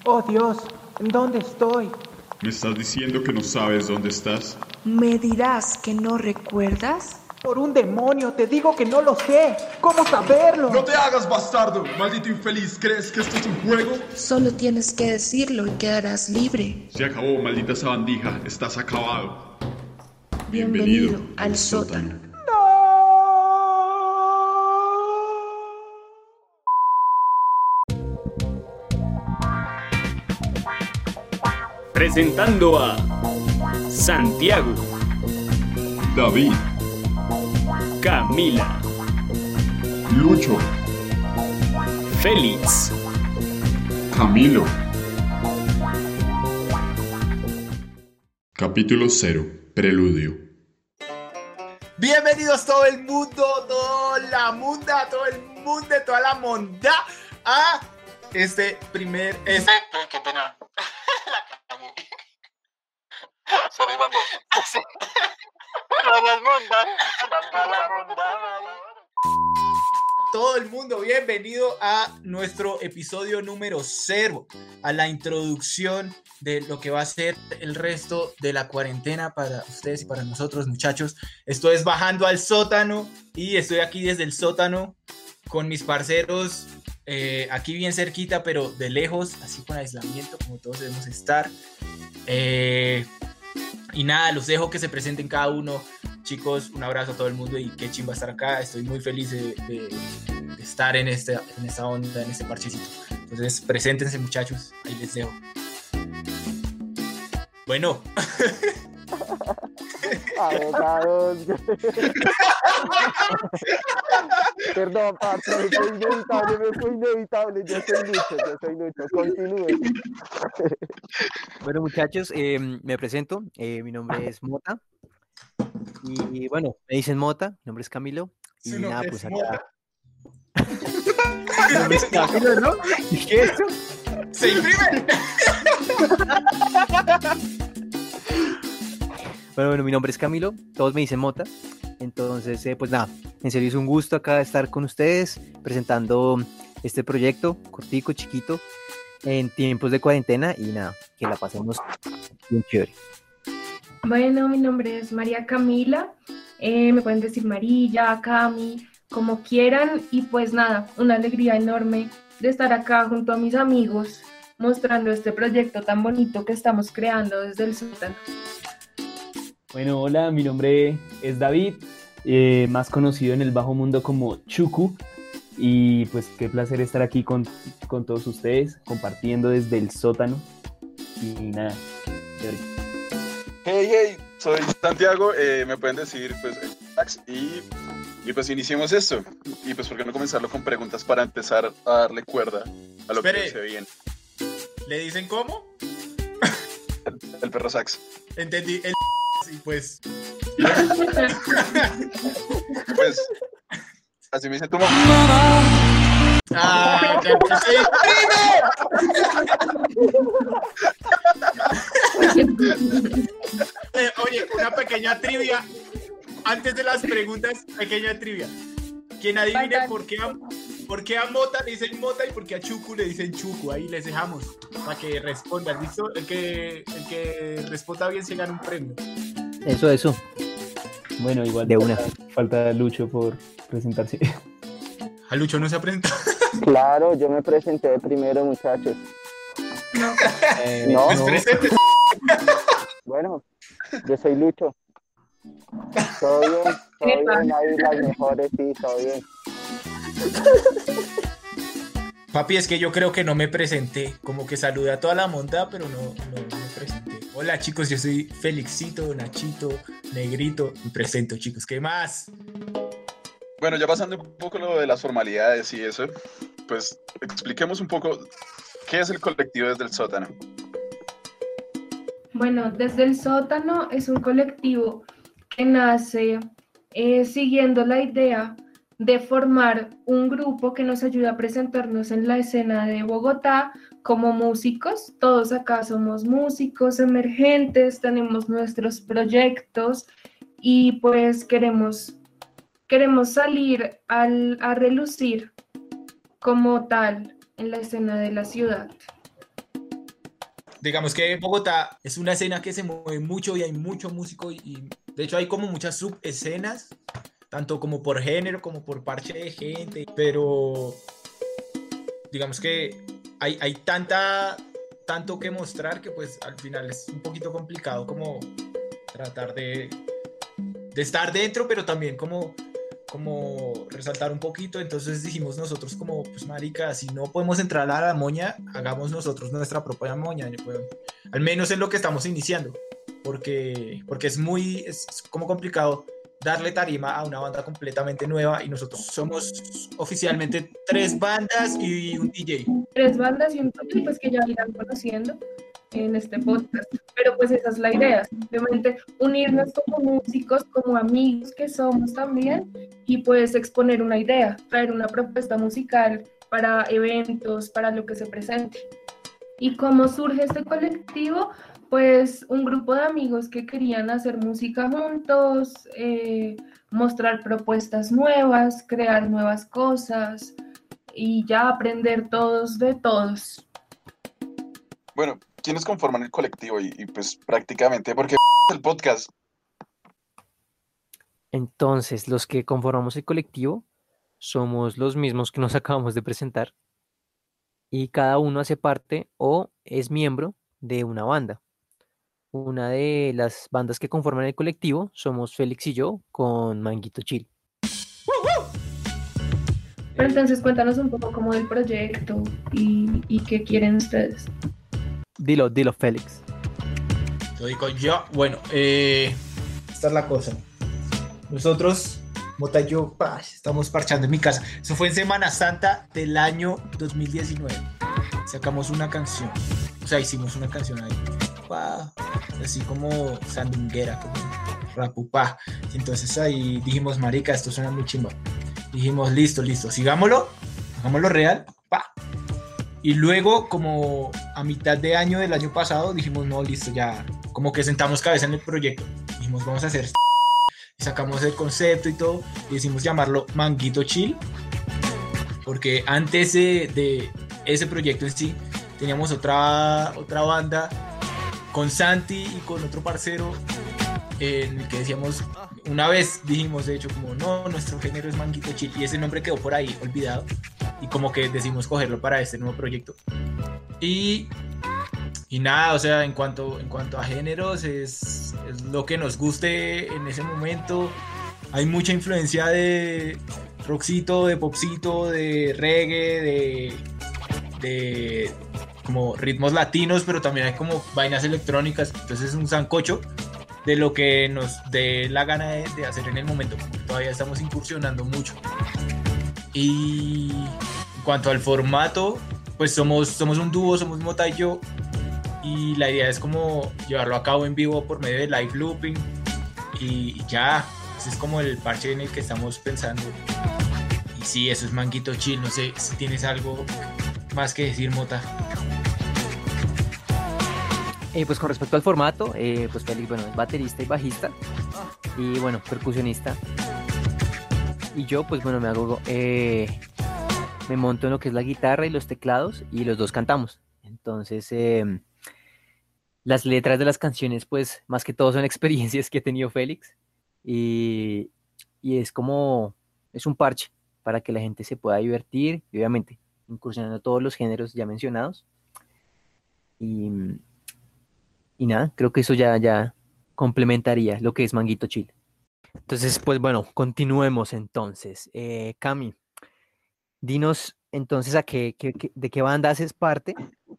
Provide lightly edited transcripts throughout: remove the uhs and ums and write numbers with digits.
Oh Dios, ¿dónde estoy? ¿Me estás diciendo que no sabes dónde estás? ¿Me dirás que no recuerdas? Por un demonio, te digo que no lo sé. ¿Cómo saberlo? ¡No te hagas, bastardo! ¡Maldito infeliz! ¿Crees que esto es un juego? Solo tienes que decirlo y quedarás libre. Se acabó, maldita sabandija. Estás acabado. Bienvenido al sótano. Presentando a Santiago, David, Camila, Lucho, Félix, Camilo. Capítulo 0. Preludio. Bienvenidos todo el mundo, toda la munda, todo el mundo, toda la monda a este primer... Qué pena. La cagué. Sorry, vamos. Sí. Las mondas. La monda. Todo el mundo, bienvenido a nuestro episodio número 0, a la introducción de lo que va a ser el resto de la cuarentena para ustedes y para nosotros, muchachos. Esto es Bajando al Sótano y estoy aquí desde el sótano con mis parceros, aquí bien cerquita, pero de lejos, así con aislamiento, como todos debemos estar. Y nada, los dejo que se presenten cada uno. Chicos, un abrazo a todo el mundo y qué chimba estar acá. Estoy muy feliz de estar en esta onda, en este parchecito. Entonces, preséntense, muchachos. Ahí les dejo. Bueno. Abogados. Perdón, patrón, fue inevitable. Yo soy Lucho. Continúen. Bueno, muchachos, me presento. Mi nombre es Mota. Y bueno, me dicen Mota, mi nombre es Camilo. Y Su nada, nombre pues es acá. Mi nombre es Camilo, ¿no? ¿Y qué es esto? ¡Se imprime! Bueno, mi nombre es Camilo, todos me dicen Mota. Entonces, pues nada, en serio es un gusto acá estar con ustedes presentando este proyecto cortico, chiquito, en tiempos de cuarentena y nada, que la pasemos bien chévere. Bueno, mi nombre es María Camila, me pueden decir Marilla, Cami, como quieran, y pues nada, una alegría enorme de estar acá junto a mis amigos mostrando este proyecto tan bonito que estamos creando desde el sótano. Bueno, hola, mi nombre es David, más conocido en el bajo mundo como Chucu, y pues qué placer estar aquí con todos ustedes, compartiendo desde el sótano, y nada, chévere. Hey, soy Santiago, me pueden decir pues Max y pues iniciemos esto. Y pues por qué no comenzarlo con preguntas para empezar a darle cuerda a lo que se viene. ¿Le dicen cómo? El perro sax. Entendí, y pues... Pues así me dice tu mamá. ¡Ah, ya se imprime! Oye, una pequeña trivia. Antes de las preguntas, pequeña trivia. Quien adivine por qué a Mota le dicen Mota y por qué a Chucu le dicen Chucu. Ahí les dejamos para que respondan. ¿Listo? El que responda bien se gana un premio. Eso. Bueno, igual de una. Falta Lucho por presentarse. A Lucho no se ha presentado. Claro, yo me presenté primero, muchachos. No. Presente. Bueno, yo soy Lucho. Todo bien, ahí las mejores, sí, todo bien. Papi, es que yo creo que no me presenté. Como que saludé a toda la monta, pero no me presenté. Hola, chicos, yo soy Felixito, Nachito, Negrito. Me presento, chicos. ¿Qué más? Bueno, ya pasando un poco lo de las formalidades y eso, pues expliquemos un poco qué es el colectivo Desde el Sótano. Bueno, Desde el Sótano es un colectivo que nace siguiendo la idea de formar un grupo que nos ayude a presentarnos en la escena de Bogotá como músicos. Todos acá somos músicos emergentes, tenemos nuestros proyectos y pues queremos salir a relucir como tal en la escena de la ciudad. digamos que Bogotá es una escena que se mueve mucho y hay mucho músico y de hecho hay como muchas subescenas, tanto como por género como por parche de gente, pero digamos que hay tanto que mostrar que pues al final es un poquito complicado como tratar de estar dentro, pero también como resaltar un poquito. Entonces dijimos nosotros como, pues marica, si no podemos entrar a la moña, hagamos nosotros nuestra propia moña, pues, al menos en lo que estamos iniciando, porque es como complicado darle tarima a una banda completamente nueva y nosotros somos oficialmente 3 bandas y un DJ. 3 bandas y un DJ, pues que ya irán conociendo en este podcast, pero pues esa es la idea, simplemente unirnos como músicos, como amigos que somos también, y pues exponer una idea, traer una propuesta musical para eventos, para lo que se presente. ¿Y cómo surge este colectivo? Pues un grupo de amigos que querían hacer música juntos, mostrar propuestas nuevas, crear nuevas cosas y ya aprender todos de todos. Bueno, ¿quiénes conforman el colectivo? Y pues prácticamente, porque el podcast. Entonces, los que conformamos el colectivo somos los mismos que nos acabamos de presentar y cada uno hace parte o es miembro de una banda. Una de las bandas que conforman el colectivo somos Félix y yo con Manguito Chill. Pero entonces cuéntanos un poco como del proyecto y qué quieren ustedes. Dilo, Félix. Lo digo yo. Bueno, esta es la cosa. Nosotros, Mota y yo, estamos parchando en mi casa. Eso fue en Semana Santa del año 2019. Sacamos una canción. O sea, hicimos una canción ahí. Así como sandunguera, como rapupá. Entonces ahí dijimos, marica, esto suena muy chimba. Dijimos, listo, sigámoslo, hagámoslo real, Y luego, como a mitad de año del año pasado, dijimos, no, listo, ya, como que sentamos cabeza en el proyecto. Dijimos, vamos a hacer esto. Y sacamos el concepto y todo, y decidimos llamarlo Manguito Chill, porque antes de ese proyecto en sí, teníamos otra banda con Santi y con otro parcero, en el que decíamos, una vez dijimos, de hecho, como, no, nuestro género es Manguito Chill, y ese nombre quedó por ahí olvidado, y como que decidimos cogerlo para este nuevo proyecto. Y nada, o sea, en cuanto a géneros, es lo que nos guste en ese momento. Hay mucha influencia de rockcito, de popcito, de reggae, de como ritmos latinos, pero también hay como vainas electrónicas. Entonces es un sancocho de lo que nos dé la gana de hacer en el momento. Todavía estamos incursionando mucho. Y en cuanto al formato, pues somos un dúo, somos Mota y yo. Y la idea es como llevarlo a cabo en vivo por medio de live looping. Y ya, ese es como el parche en el que estamos pensando. Y sí, eso es Manguito Chill. No sé si tienes algo más que decir, Mota. Pues con respecto al formato, pues Félix, bueno, es baterista y bajista. Y bueno, percusionista. Y yo, pues bueno, me monto en lo que es la guitarra y los teclados y los dos cantamos. Entonces, las letras de las canciones, pues más que todo son experiencias que ha tenido Félix y es como, es un parche para que la gente se pueda divertir y obviamente incursionando todos los géneros ya mencionados y nada, creo que eso ya complementaría lo que es Manguito Chill. Entonces, pues bueno, continuemos entonces. Cami, dinos entonces de qué banda haces parte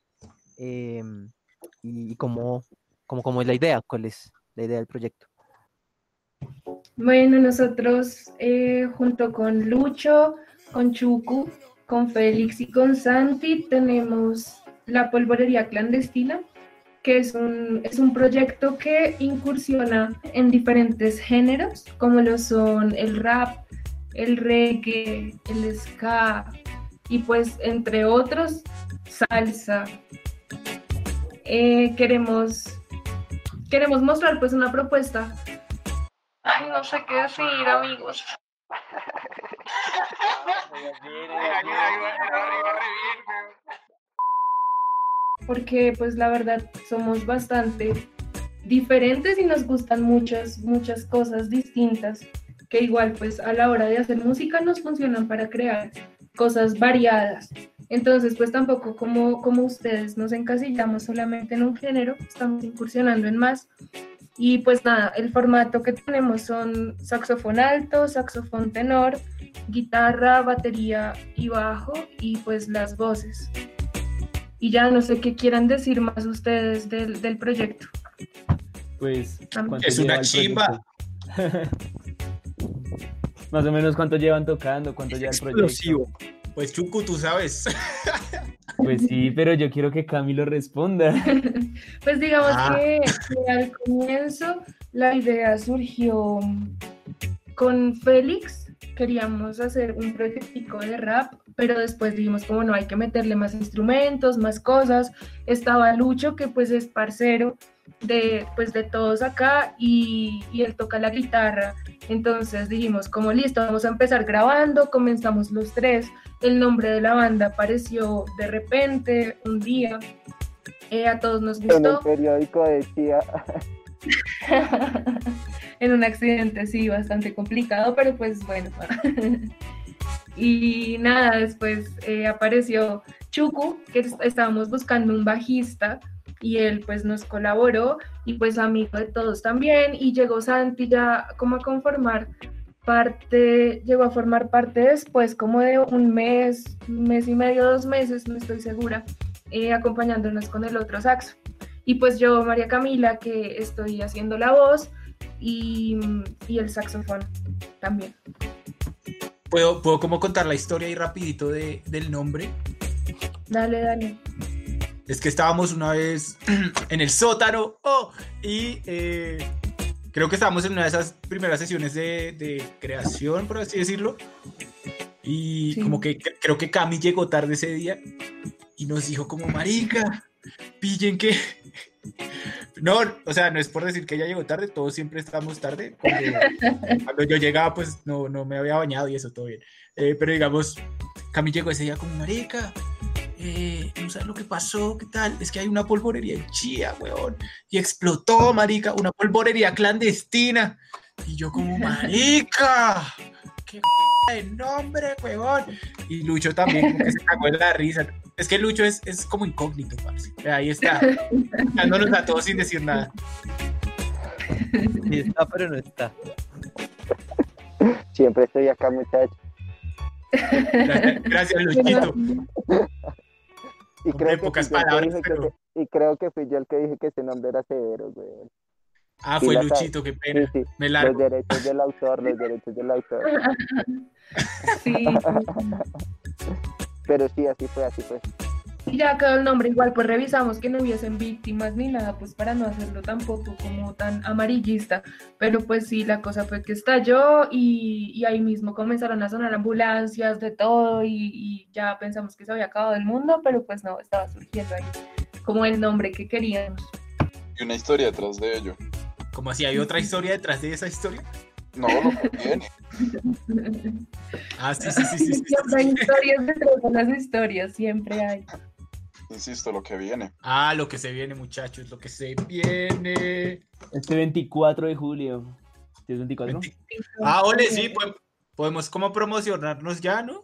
y cómo es la idea, cuál es la idea del proyecto. Bueno, nosotros junto con Lucho, con Chucu, con Félix y con Santi tenemos La Polvorería Clandestina, que es un proyecto que incursiona en diferentes géneros, como lo son el rap, el reggae, el ska y pues entre otros, salsa. Queremos mostrar pues una propuesta. Ay, no sé qué decir, amigos. porque pues la verdad somos bastante diferentes y nos gustan muchas cosas distintas que igual pues a la hora de hacer música nos funcionan para crear cosas variadas. Entonces pues tampoco como ustedes nos encasillamos solamente en un género, estamos incursionando en más. Y pues nada, el formato que tenemos son saxofón alto, saxofón tenor, guitarra, batería y bajo y pues las voces. Y ya no sé qué quieran decir más ustedes del proyecto. Pues es una chimba. Más o menos cuánto llevan tocando, cuánto lleva el proyecto. Pues Chucu, tú sabes. Pues sí, pero yo quiero que Camilo responda. Pues digamos que al comienzo la idea surgió con Félix. Queríamos hacer un proyectico de rap, pero después dijimos como no, hay que meterle más instrumentos, más cosas. Estaba Lucho, que pues es parcero de todos acá y él toca la guitarra. Entonces dijimos como listo, vamos a empezar grabando, comenzamos los tres. El nombre de la banda apareció de repente, un día, a todos nos gustó. En el periódico decía... En un accidente, sí, bastante complicado, pero pues bueno. Y nada, después apareció Chucu, que estábamos buscando un bajista, y él pues nos colaboró, y pues amigo de todos también, y llegó Santi ya como a formar parte después, como de un mes y medio, 2 meses, no estoy segura, acompañándonos con el otro saxo. Y pues yo, María Camila, que estoy haciendo la voz, y el saxofón también. ¿Puedo como contar la historia ahí rapidito del nombre? Dale. Es que estábamos una vez en el sótano y creo que estábamos en una de esas primeras sesiones de creación, por así decirlo. Y sí, como que creo que Cami llegó tarde ese día y nos dijo como, marica, pillen que... No, o sea, no es por decir que ella llegó tarde, todos siempre estamos tarde. Cuando yo llegaba, pues no me había bañado y eso, todo bien. Pero digamos, Cami llegó ese día como, marica, no sabes lo que pasó, ¿qué tal? Es que hay una polvorería en Chía, weón. Y explotó, marica, una polvorería clandestina. Y yo como, marica, qué de nombre, weón. Y Lucho también, como que se cagó en la risa. Es que Lucho es como incógnito, parce. Ahí está, dándonos a todos sin decir nada. Sí está, pero no está. Siempre estoy acá, muchachos. Gracias, Luchito. Y creo, pocas palabras, pero... y creo que fui yo el que dije que ese nombre era severo, güey. Ah, fue Luchito, qué pena. Sí. Me largo. Los derechos del autor. Sí. Pero sí, así fue. Y ya quedó el nombre, igual pues revisamos que no hubiesen víctimas ni nada, pues para no hacerlo tampoco como tan amarillista, pero pues sí, la cosa fue que estalló y ahí mismo comenzaron a sonar ambulancias, de todo, y ya pensamos que se había acabado el mundo, pero pues no, estaba surgiendo ahí como el nombre que queríamos. Y una historia detrás de ello. ¿Cómo así? ¿Hay otra historia detrás de esa historia? No, lo que viene. Ah, sí. Siempre hay historias detrás de las historias, siempre hay. Insisto, lo que viene. Ah, lo que se viene, muchachos, lo que se viene. Este 24 de julio. ¿Sí es 24? Ah, ole, sí, pues, podemos como promocionarnos ya, ¿no?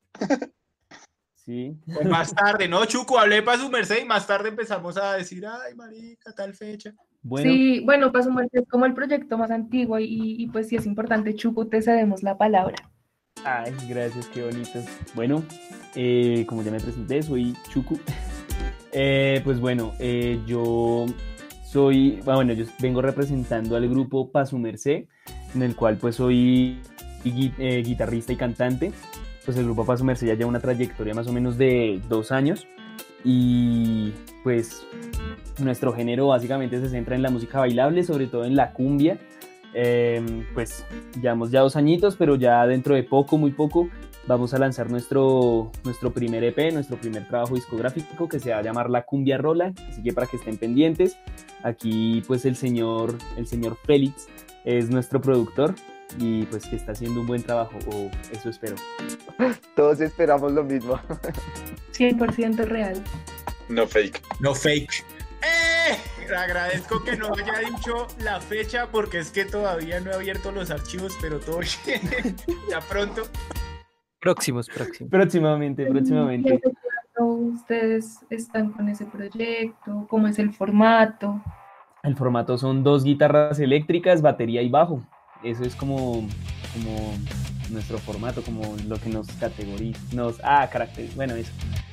Sí. Pues más tarde, ¿no, Chuco? Hablé para su merced y más tarde empezamos a decir, ay, marica, tal fecha. Bueno. Sí, bueno, para su merced es como el proyecto más antiguo y pues sí es importante, Chuco, te cedemos la palabra. Ay, gracias, qué bonito. Bueno, como ya me presenté, soy Chucu. Pues bueno, yo vengo representando al grupo Pa' Su Merced, en el cual pues soy guitarrista y cantante. Pues el grupo Pa' Su Merced ya lleva una trayectoria más o menos de 2 años y pues nuestro género básicamente se centra en la música bailable, sobre todo en la cumbia. Pues llevamos ya 2 añitos, pero ya dentro de poco, muy poco, vamos a lanzar nuestro primer EP, nuestro primer trabajo discográfico que se va a llamar La Cumbia Rola, así que para que estén pendientes. Aquí pues el señor Félix es nuestro productor y pues que está haciendo un buen trabajo, o eso espero. Todos esperamos lo mismo. 100% real. No fake. No fake. Agradezco que no haya dicho la fecha porque es que todavía no he abierto los archivos, pero todo bien. Ya pronto. Próximamente. ¿Ustedes están con ese proyecto? ¿Cómo es el formato? El formato son 2 guitarras eléctricas, batería y bajo. Eso es como nuestro formato, como lo que nos categoriza, caracteriza. Bueno, eso.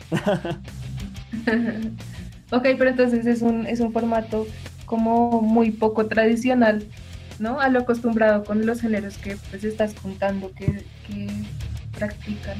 Ok, pero entonces es un formato como muy poco tradicional, ¿no? A lo acostumbrado con los géneros que pues estás contando que practican.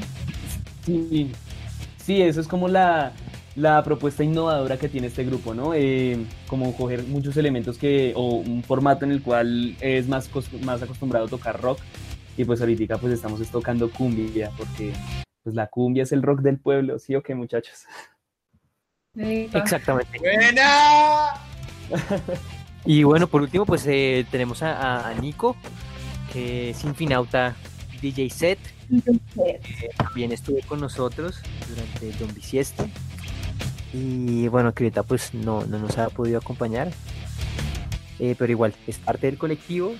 Sí, eso es como la propuesta innovadora que tiene este grupo, ¿no? Como coger muchos elementos o un formato en el cual es más acostumbrado a tocar rock, y pues ahorita pues estamos tocando cumbia, porque pues la cumbia es el rock del pueblo, ¿sí o qué, muchachos? Exactamente. ¡Buena! Y bueno, por último, pues tenemos a Nico, que es Infinauta DJ Set. También estuvo con nosotros durante el Don Bisieste. Y bueno, que ahorita pues no nos ha podido acompañar. Pero igual, es parte del colectivo.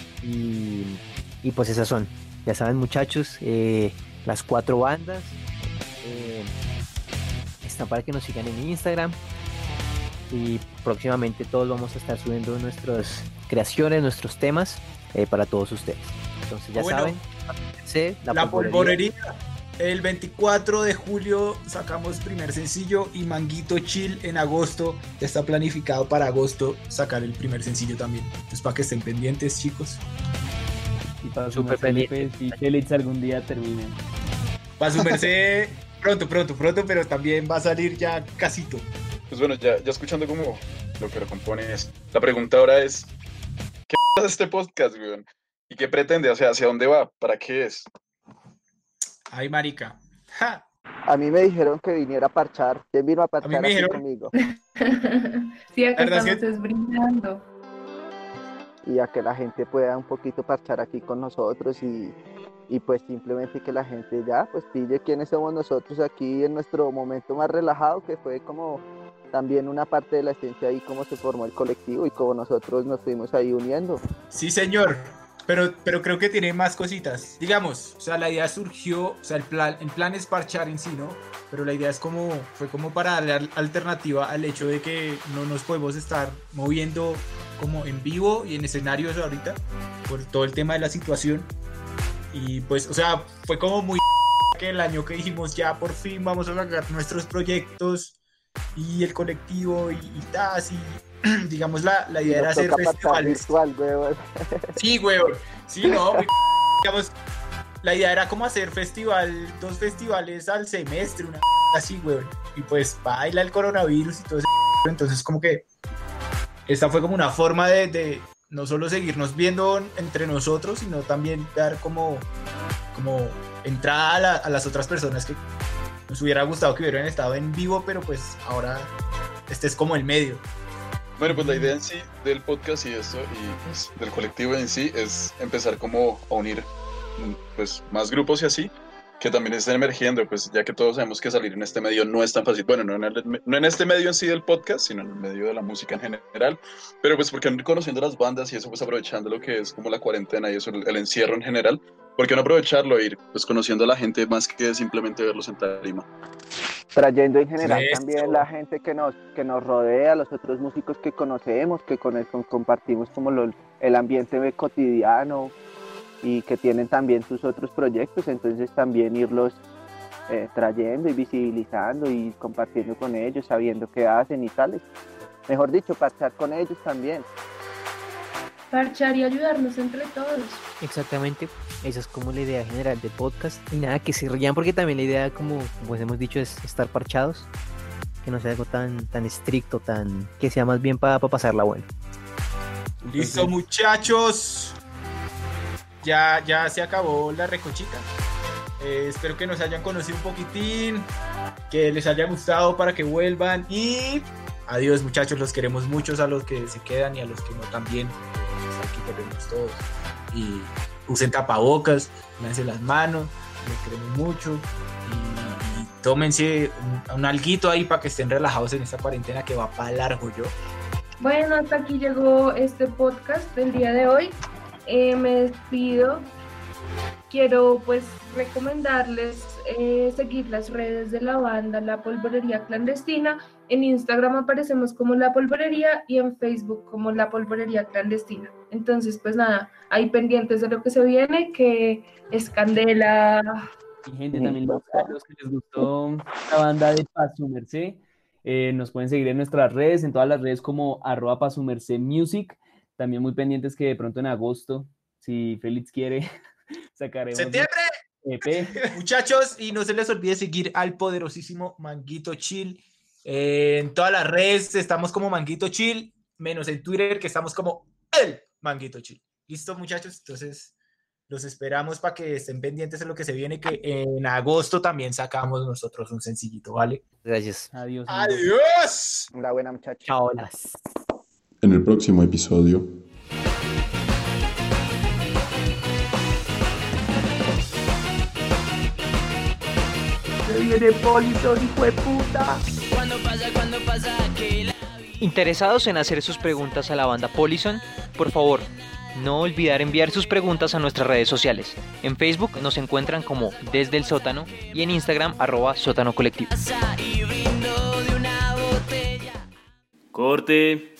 Y pues esas son, ya saben, muchachos, las 4 bandas. Están para que nos sigan en Instagram. Y próximamente todos vamos a estar subiendo nuestras creaciones, nuestros temas para todos ustedes. Entonces ya saben, la polvorería. El 24 de julio sacamos primer sencillo y Manguito Chill en agosto. Ya está planificado para agosto sacar el primer sencillo también. Entonces para que estén pendientes, chicos. Y para su merced, si Félix algún día termine. Para su merced pronto, pero también va a salir ya casito. Pues bueno, ya escuchando como lo que lo compone es. La pregunta ahora es, ¿qué es este podcast, weón? ¿Y qué pretende? O sea, ¿hacia dónde va? ¿Para qué es? Ay, marica. ¡Ja! A mí me dijeron que viniera a parchar. ¿Quién vino a parchar aquí conmigo? Sí, acá estamos brindando. Y a que la gente pueda un poquito parchar aquí con nosotros y pues simplemente que la gente ya pues pille quiénes somos nosotros aquí en nuestro momento más relajado, que fue como también una parte de la esencia ahí, cómo se formó el colectivo y cómo nosotros nos fuimos ahí uniendo. Sí, señor. Pero creo que tiene más cositas. Digamos, o sea, la idea surgió, o sea, el plan es parchar en sí, ¿no? Pero la idea fue como para darle alternativa al hecho de que no nos podemos estar moviendo como en vivo y en escenarios ahorita por todo el tema de la situación. Y pues, o sea, fue como muy que el año que dijimos ya por fin vamos a sacar nuestros proyectos y el colectivo y así. Digamos, la idea era hacer festivales. Virtual, huevón. Sí, huevón. Sí, no. Digamos, la idea era como hacer 2 festivales al semestre, una así, huevón. Y pues baila el coronavirus y todo eso. Entonces, como que esta fue como una forma de no solo seguirnos viendo entre nosotros, sino también dar como entrada a las otras personas que nos hubiera gustado que hubieran estado en vivo, pero pues ahora este es como el medio. Bueno, pues la idea en sí del podcast y esto, y pues del colectivo en sí, es empezar como a unir pues más grupos y así, que también estén emergiendo, pues ya que todos sabemos que salir en este medio no es tan fácil. Bueno, no en este medio en sí del podcast, sino en el medio de la música en general, pero pues porque no ir conociendo las bandas y eso, pues aprovechando lo que es como la cuarentena y eso, el encierro en general, ¿por qué no aprovecharlo e ir pues conociendo a la gente más que simplemente verlos en tarima? Trayendo en general también la gente que nos rodea, los otros músicos que conocemos, que compartimos como el ambiente cotidiano y que tienen también sus otros proyectos, entonces también irlos trayendo y visibilizando y compartiendo con ellos, sabiendo qué hacen y tales. Mejor dicho, parchar con ellos también. Parchar y ayudarnos entre todos. Exactamente, esa es como la idea general del podcast. Y nada, que se rían porque también la idea, como pues hemos dicho, es estar parchados, que no sea algo tan estricto, que sea más bien para pasarla bueno. Listo, muchachos. Ya se acabó la recochita. Espero que nos hayan conocido un poquitín, que les haya gustado para que vuelvan y adiós, muchachos, los queremos muchos, a los que se quedan y a los que no también. Aquí queremos todos y usen tapabocas, lávense las manos, los queremos mucho y tómense un alguito ahí para que estén relajados en esta cuarentena que va para largo, yo. Bueno, hasta aquí llegó este podcast del día de hoy. Me despido. Quiero pues recomendarles seguir las redes de la banda La Polvorería Clandestina. En Instagram aparecemos como La Polvorería y en Facebook como La Polvorería Clandestina. Entonces pues nada, ahí pendientes de lo que se viene, que es candela. Y gente, también los que les gustó la banda de Pasumercé, nos pueden seguir en nuestras redes, en todas las redes como @pasumercemusic. También muy pendientes que de pronto en agosto, si Félix quiere, sacaremos ¡Septiembre! EP. Muchachos, y no se les olvide seguir al poderosísimo Manguito Chill. En todas las redes estamos como Manguito Chill, menos en Twitter que estamos como el Manguito Chill. ¿Listo, muchachos? Entonces los esperamos para que estén pendientes de lo que se viene, que en agosto también sacamos nosotros un sencillito, ¿vale? Gracias. Adiós. ¡Adiós! Una buena muchacha. Chao. En el próximo episodio. Se viene Polison, hijo de puta. ¿Interesados en hacer sus preguntas a la banda Polison? Por favor, no olvidar enviar sus preguntas a nuestras redes sociales. En Facebook nos encuentran como Desde el Sótano y en Instagram @sótanocolectivo. Corte.